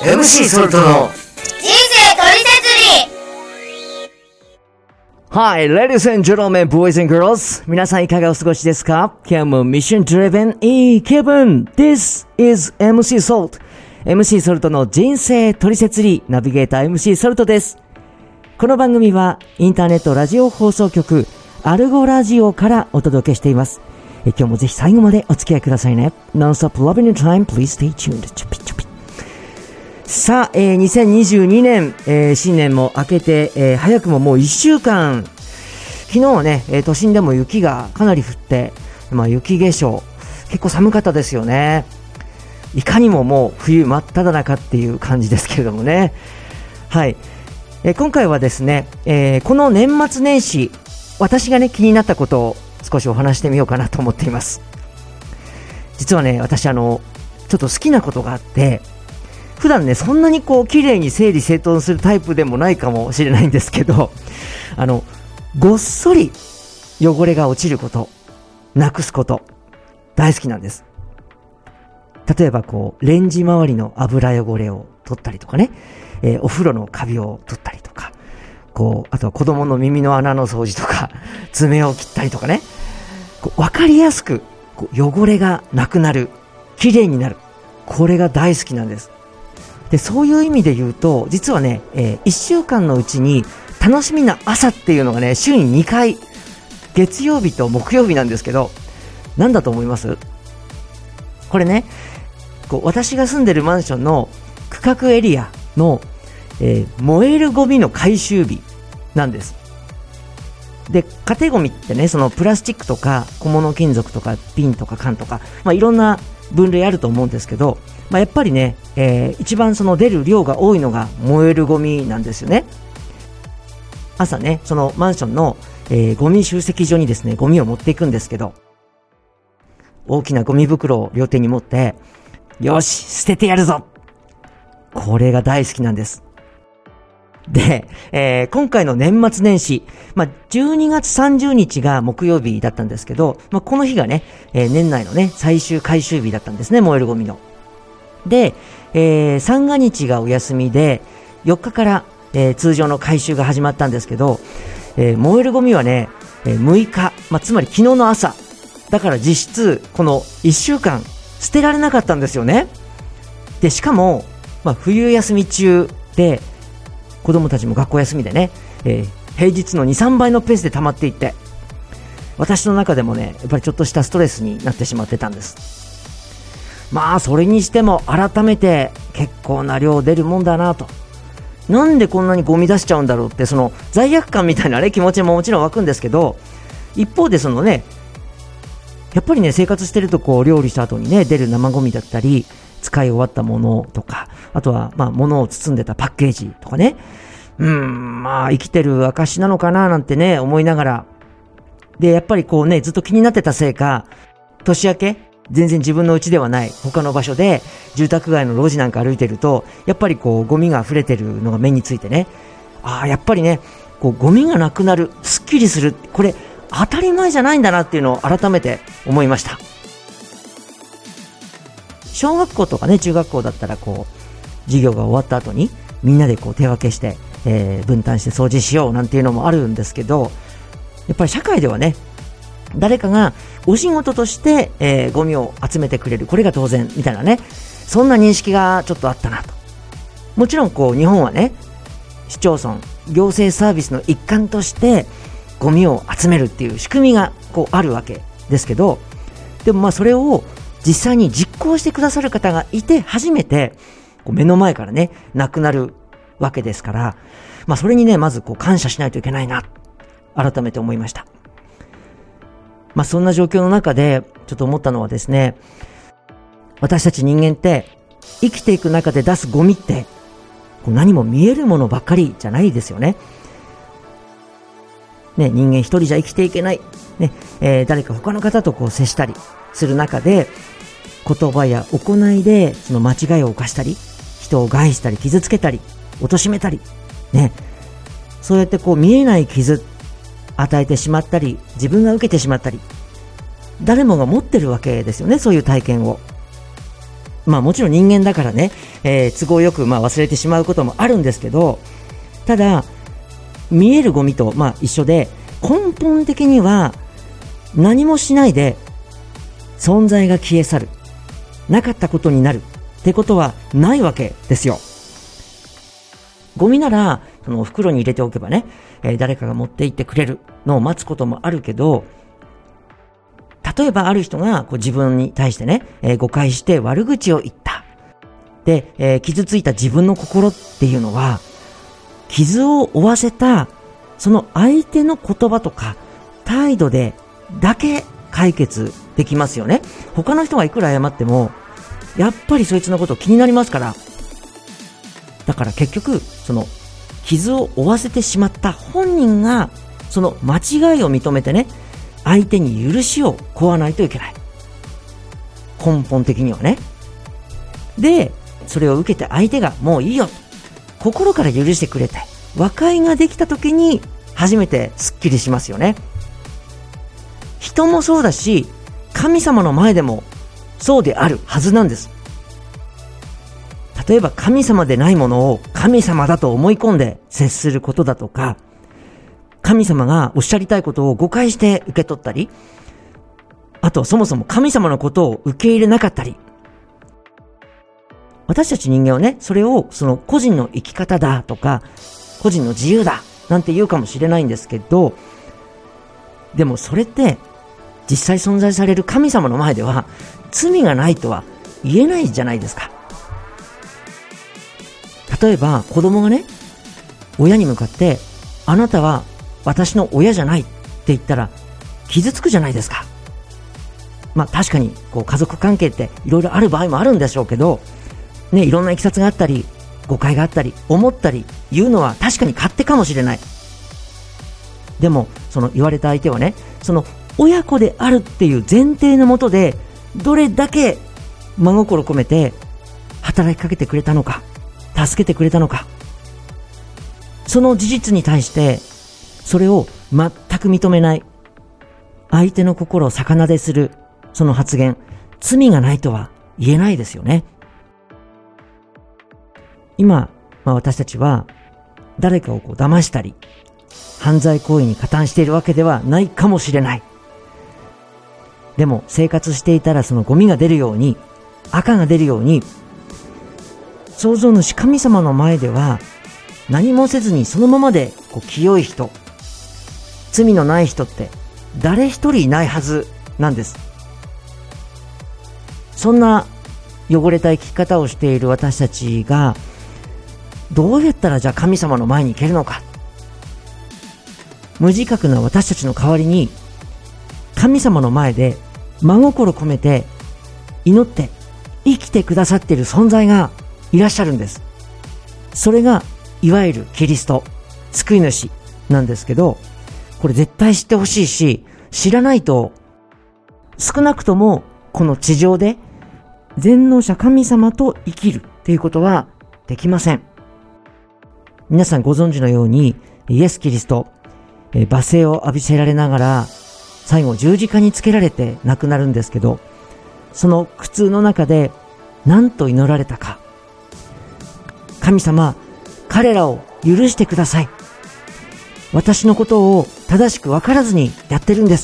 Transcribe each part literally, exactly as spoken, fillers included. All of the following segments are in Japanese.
エムシー ソルトの人生トリセツリー。 Hi, ladies and gentlemen, boys and girls. 皆さんいかがお過ごしですか？今日もミッションドリブンいい気分。This is エムシー ソルト。エムシー ソルトの人生トリセツリーナビゲーター エムシー ソルトです。この番組はインターネットラジオ放送局アルゴラジオからお届けしています。え今日もぜひ最後までお付き合いくださいね。Non-stop loving your time, please stay tuned. ちょぴちょぴ。さあ、えー、にせんにじゅうにねん、えー、新年も明けて、えー、早くももういっしゅうかん。昨日はね、えー、都心でも雪がかなり降って、まあ、雪化粧結構寒かったですよね。いかにももう冬真っ只中っていう感じですけれどもね。はい、えー、今回はですね、えー、この年末年始私がね気になったことを少しお話してみようかなと思っています。実はね、私あのちょっと好きなことがあって、普段ねそんなにこう綺麗に整理整頓するタイプでもないかもしれないんですけど、あのごっそり汚れが落ちること、なくすこと大好きなんです。例えばこうレンジ周りの油汚れを取ったりとかね、えー、お風呂のカビを取ったりとか、こうあとは子供の耳の穴の掃除とか爪を切ったりとかね、こう分かりやすくこう汚れがなくなる、綺麗になる、これが大好きなんです。でそういう意味で言うと、実はね、えー、いっしゅうかんのうちに楽しみな朝っていうのがね週ににかい、月曜日と木曜日なんですけど、何だと思います？これね、こう私が住んでるマンションの区画エリアの、えー、燃えるゴミの回収日なんです。で家庭ゴミってね、そのプラスチックとか小物金属とか瓶とか缶とか、まあ、いろんな分類あると思うんですけど、まあ、やっぱりね、えー、一番その出る量が多いのが燃えるゴミなんですよね。朝ね、そのマンションの、えー、ゴミ集積所にですねゴミを持っていくんですけど、大きなゴミ袋を両手に持って、よし捨ててやるぞ、これが大好きなんです。で、えー、今回の年末年始、まあ、じゅうにがつさんじゅうにちが木曜日だったんですけど、まあ、この日がね、えー、年内のね最終回収日だったんですね、燃えるゴミの。で、えー、三が日がお休みでよっかから、えー、通常の回収が始まったんですけど、えー、燃えるゴミはね、えー、むいか、まあ、つまり昨日の朝だから、実質このいっしゅうかん捨てられなかったんですよね。でしかも、まあ、冬休み中で子供たちも学校休みでね、えー、平日の にさんばいのペースで溜まっていって、私の中でもねやっぱりちょっとしたストレスになってしまってたんです。まあそれにしても改めて結構な量出るもんだなと、なんでこんなにゴミ出しちゃうんだろうって、その罪悪感みたいなね気持ちももちろん湧くんですけど、一方でそのねやっぱりね生活してるとこう料理した後にね出る生ゴミだったり、使い終わったものとか、あとはまあ物を包んでたパッケージとかね、うーんまあ生きてる証なのかななんてね思いながら、でやっぱりこうねずっと気になってたせいか、年明け全然自分の家ではない他の場所で住宅街の路地なんか歩いてると、やっぱりこうゴミが溢れてるのが目についてね、ああやっぱりねこうゴミがなくなる、すっきりする、これ当たり前じゃないんだなっていうのを改めて思いました。小学校とかね中学校だったらこう授業が終わった後にみんなでこう手分けして、えー、分担して掃除しようなんていうのもあるんですけど、やっぱり社会ではね誰かがお仕事として、えー、ゴミを集めてくれる、これが当然みたいなね、そんな認識がちょっとあったなと。もちろんこう日本はね市町村行政サービスの一環としてゴミを集めるっていう仕組みがこうあるわけですけど、でもまあそれを実際に実行してくださる方がいて初めてこう目の前からねなくなるわけですから、まあそれにねまずこう感謝しないといけないな改めて思いました。まあそんな状況の中でちょっと思ったのはですね、私たち人間って生きていく中で出すゴミってこう何も見えるものばっかりじゃないですよね。ね、人間一人じゃ生きていけない、ねえー、誰か他の方とこう接したりする中で、言葉や行いでその間違いを犯したり、人を害したり傷つけたり貶めたり、ね、そうやってこう見えない傷与えてしまったり、自分が受けてしまったり、誰もが持ってるわけですよね、そういう体験を。 まあもちろん人間だからね、えー、都合よくまあ忘れてしまうこともあるんですけど、ただ見えるゴミとまあ一緒で、根本的には何もしないで存在が消え去る、なかったことになるってことはないわけですよ。ゴミならその袋に入れておけばね、えー、誰かが持って行ってくれるのを待つこともあるけど、例えばある人がこう自分に対してね、えー、誤解して悪口を言った。で、えー、傷ついた自分の心っていうのは、傷を負わせたその相手の言葉とか態度でだけ解決できますよね。他の人がいくら謝っても、やっぱりそいつのこと気になりますから。だから結局、その傷を負わせてしまった本人がその間違いを認めてね、相手に許しを請わないといけない。根本的にはね。で、それを受けて相手がもういいよ、心から許してくれて和解ができた時に初めてスッキリしますよね。人もそうだし、神様の前でもそうであるはずなんです。例えば神様でないものを神様だと思い込んで接することだとか、神様がおっしゃりたいことを誤解して受け取ったり、あとそもそも神様のことを受け入れなかったり、私たち人間はね、それをその個人の生き方だとか個人の自由だなんて言うかもしれないんですけど、でもそれって実際存在される神様の前では罪がないとは言えないじゃないですか。例えば子供がね、親に向かってあなたは私の親じゃないって言ったら傷つくじゃないですか。まあ確かにこう家族関係っていろいろある場合もあるんでしょうけどね、いろんな経緯があったり誤解があったり思ったり言うのは確かに勝手かもしれない。でもその言われた相手はね、その親子であるっていう前提のもとでどれだけ真心込めて働きかけてくれたのか、助けてくれたのか、その事実に対してそれを全く認めない、相手の心を逆なでするその発言、罪がないとは言えないですよね。今、まあ、私たちは誰かをこう騙したり犯罪行為に加担しているわけではないかもしれない。でも生活していたらそのゴミが出るように、赤が出るように、創造主神様の前では何もせずにそのままでこう清い人、罪のない人って誰一人いないはずなんです。そんな汚れた生き方をしている私たちがどうやったらじゃあ神様の前に行けるのか。無自覚な私たちの代わりに神様の前で真心込めて祈って生きてくださっている存在がいらっしゃるんです。それがいわゆるキリスト、救い主なんですけど、これ絶対知ってほしいし、知らないと少なくともこの地上で全能者神様と生きるっていうことはできません。皆さんご存知のようにイエス・キリスト、えー、罵声を浴びせられながら最後十字架につけられて亡くなるんですけど、その苦痛の中で何と祈られたか。神様、彼らを許してください。私のことを正しく分からずにやってるんです。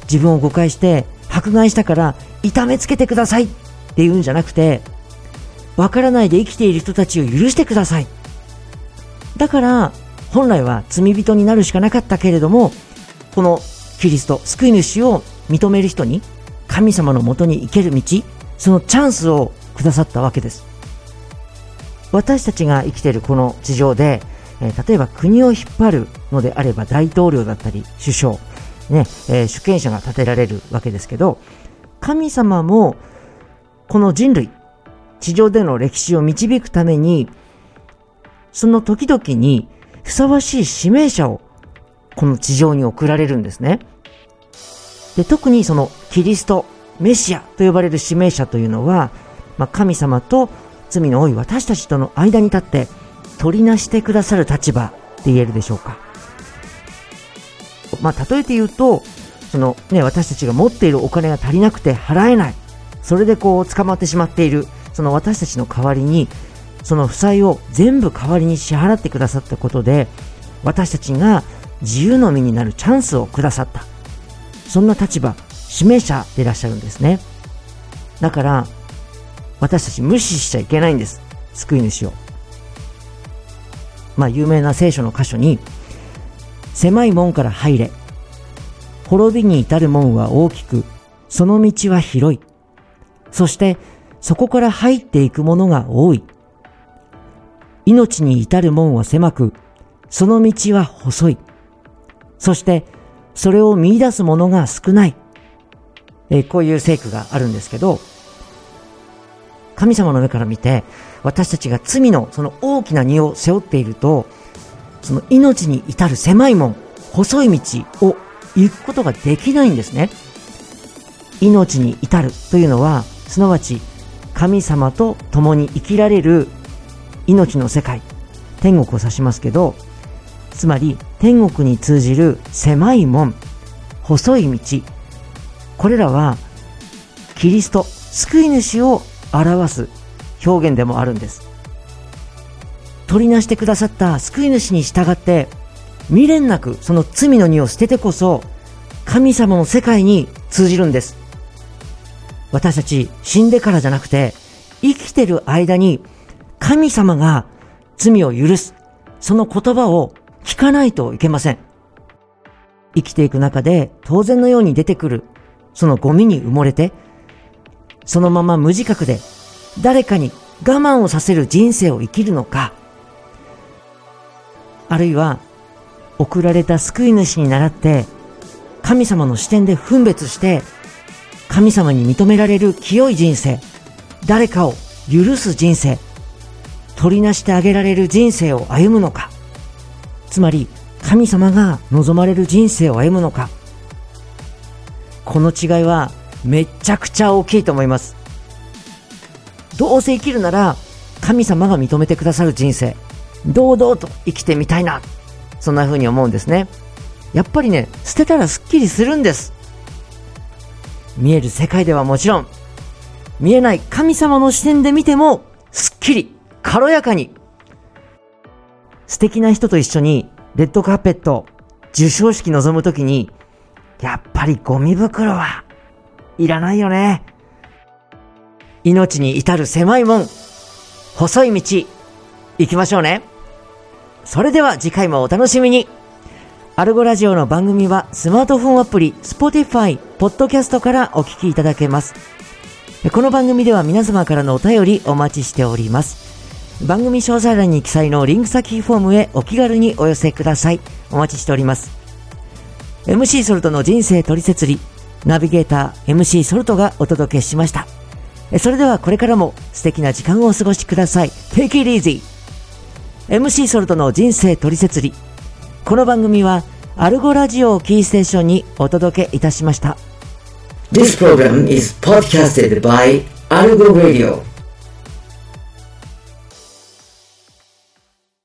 自分を誤解して迫害したから痛めつけてくださいって言うんじゃなくて、分からないで生きている人たちを許してください。だから本来は罪人になるしかなかったけれども、このキリスト、救い主を認める人に神様のもとに行ける道、そのチャンスをくださったわけです。私たちが生きているこの地上で、えー、例えば国を引っ張るのであれば大統領だったり首相、ねえー、主権者が立てられるわけですけど、神様もこの人類、地上での歴史を導くためにその時々にふさわしい指名者をこの地上に送られるんですね。で、特にそのキリスト、メシアと呼ばれる指名者というのは、まあ、神様と罪の多い私たちとの間に立って取りなしてくださる立場って言えるでしょうか。まあ例えて言うと、そのね、私たちが持っているお金が足りなくて払えない、 それでこう捕まってしまっているその私たちの代わりにその負債を全部代わりに支払ってくださったことで、私たちが自由の身になるチャンスをくださった、そんな立場、指名者でいらっしゃるんですね。だから私たち無視しちゃいけないんです、救い主を。まあ有名な聖書の箇所に、狭い門から入れ、滅びに至る門は大きく、その道は広い、そしてそこから入っていくものが多い。命に至る門は狭く、その道は細い。そしてそれを見出す者が少ない。えー、こういう聖句があるんですけど、神様の目から見て私たちが罪のその大きな荷を背負っていると、その命に至る狭い門、細い道を行くことができないんですね。命に至るというのは、すなわち神様と共に生きられる命の世界、天国を指しますけど、つまり天国に通じる狭い門、細い道、これらはキリスト、救い主を表す表現でもあるんです。取りなしてくださった救い主に従って未練なくその罪の荷を捨ててこそ神様の世界に通じるんです。私たち死んでからじゃなくて、生きてる間に神様が罪を許す、その言葉を聞かないといけません。生きていく中で当然のように出てくるそのゴミに埋もれて、そのまま無自覚で誰かに我慢をさせる人生を生きるのか、あるいは送られた救い主に倣って神様の視点で分別して神様に認められる清い人生、誰かを許す人生、取りなしてあげられる人生を歩むのか、つまり神様が望まれる人生を歩むのか、この違いはめちゃくちゃ大きいと思います。どうせ生きるなら神様が認めてくださる人生、堂々と生きてみたいな、そんな風に思うんですね。やっぱりね、捨てたらすっきりするんです。見える世界ではもちろん、見えない神様の視点で見てもすっきり軽やかに、素敵な人と一緒にレッドカーペット授賞式臨むときに、やっぱりゴミ袋はいらないよね。命に至る狭い門、細い道、行きましょうね。それでは次回もお楽しみに。アルゴラジオの番組はスマートフォンアプリ Spotify、ポッドキャストからお聞きいただけます。この番組では皆様からのお便りお待ちしております。番組詳細欄に記載のリンク先フォームへお気軽にお寄せください。お待ちしております。エムシー ソルトの人生取説理、ナビゲーター エムシー ソルトがお届けしました。それではこれからも素敵な時間をお過ごしください。Take it easy。 エムシー ソルトの人生取説理、この番組はアルゴラジオをキーステーションにお届けいたしました。 This program is podcasted by Algo Radio。